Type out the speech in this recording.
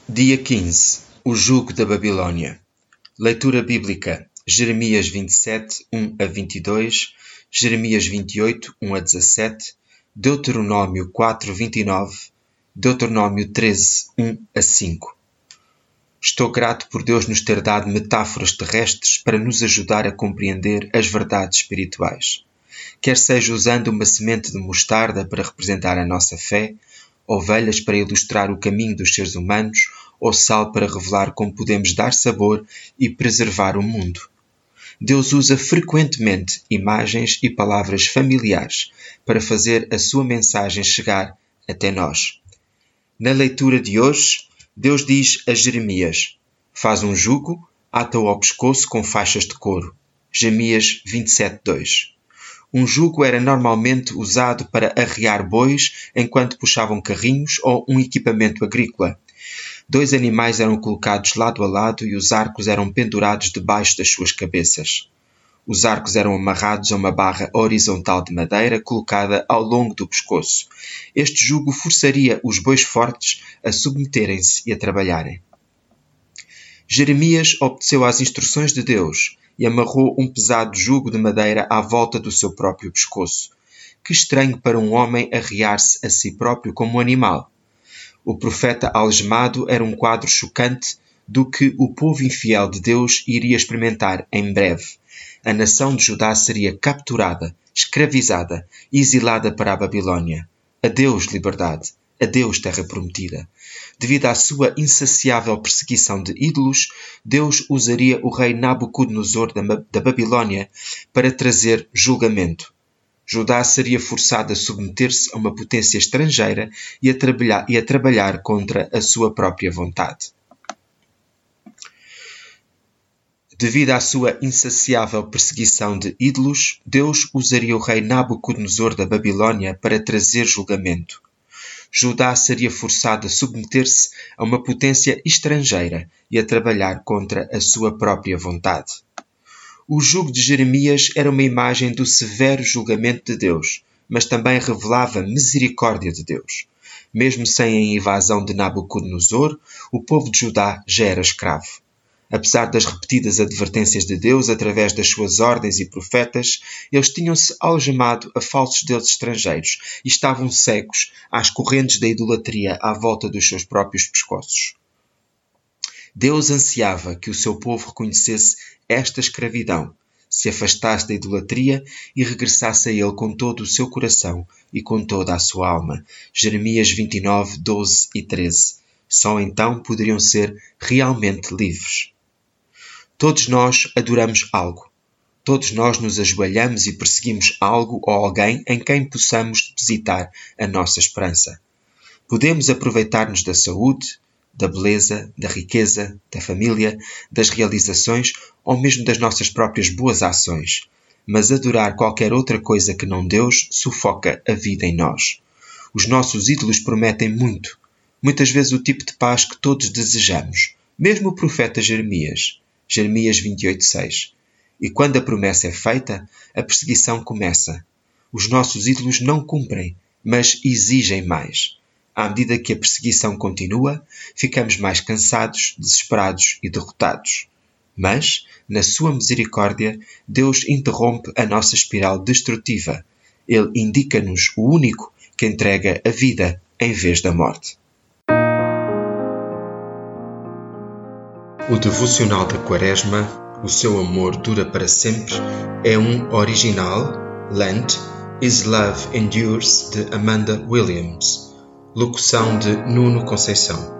Dia 15. O jugo da Babilônia. Leitura bíblica: Jeremias 27, 1 a 22, Jeremias 28, 1 a 17, Deuteronômio 4, 29, Deuteronômio 13, 1 a 5. Estou grato por Deus nos ter dado metáforas terrestres para nos ajudar a compreender as verdades espirituais. Quer seja usando uma semente de mostarda para representar a nossa fé, ovelhas para ilustrar o caminho dos seres humanos, ou sal para revelar como podemos dar sabor e preservar o mundo. Deus usa frequentemente imagens e palavras familiares para fazer a sua mensagem chegar até nós. Na leitura de hoje, Deus diz a Jeremias: faz um jugo, ata-o ao pescoço com faixas de couro. Jeremias 27, 2. Um jugo era normalmente usado para arrear bois enquanto puxavam carrinhos ou um equipamento agrícola. 2 animais eram colocados lado a lado e os arcos eram pendurados debaixo das suas cabeças. Os arcos eram amarrados a uma barra horizontal de madeira colocada ao longo do pescoço. Este jugo forçaria os bois fortes a submeterem-se e a trabalharem. Jeremias obedeceu às instruções de Deus e amarrou um pesado jugo de madeira à volta do seu próprio pescoço. Que estranho para um homem arrear-se a si próprio como um animal. O profeta algemado era um quadro chocante do que o povo infiel de Deus iria experimentar em breve. A nação de Judá seria capturada, escravizada e exilada para a Babilônia. Adeus, liberdade. Adeus, terra prometida. Devido à sua insaciável perseguição de ídolos, Deus usaria o rei Nabucodonosor da Babilônia para trazer julgamento. Judá seria forçado a submeter-se a uma potência estrangeira e a trabalhar contra a sua própria vontade. Devido à sua insaciável perseguição de ídolos, Deus usaria o rei Nabucodonosor da Babilônia para trazer julgamento. Judá seria forçado a submeter-se a uma potência estrangeira e a trabalhar contra a sua própria vontade. O jugo de Jeremias era uma imagem do severo julgamento de Deus, mas também revelava a misericórdia de Deus. Mesmo sem a invasão de Nabucodonosor, o povo de Judá já era escravo. Apesar das repetidas advertências de Deus através das suas ordens e profetas, eles tinham-se algemado a falsos deuses estrangeiros e estavam cegos às correntes da idolatria à volta dos seus próprios pescoços. Deus ansiava que o seu povo reconhecesse esta escravidão, se afastasse da idolatria e regressasse a ele com todo o seu coração e com toda a sua alma. Jeremias 29, 12 e 13. Só então poderiam ser realmente livres. Todos nós adoramos algo. Todos nós nos ajoelhamos e perseguimos algo ou alguém em quem possamos depositar a nossa esperança. Podemos aproveitar-nos da saúde, da beleza, da riqueza, da família, das realizações ou mesmo das nossas próprias boas ações. Mas adorar qualquer outra coisa que não Deus sufoca a vida em nós. Os nossos ídolos prometem muito. Muitas vezes o tipo de paz que todos desejamos. Mesmo o profeta Jeremias. Jeremias 28, 6. E quando a promessa é feita, a perseguição começa. Os nossos ídolos não cumprem, mas exigem mais. À medida que a perseguição continua, ficamos mais cansados, desesperados e derrotados. Mas, na sua misericórdia, Deus interrompe a nossa espiral destrutiva. Ele indica-nos o único que entrega a vida em vez da morte. O devocional da Quaresma, O Seu Amor Dura para Sempre, é um original, Lent, His Love Endures, de Amanda Williams. Locução de Nuno Conceição.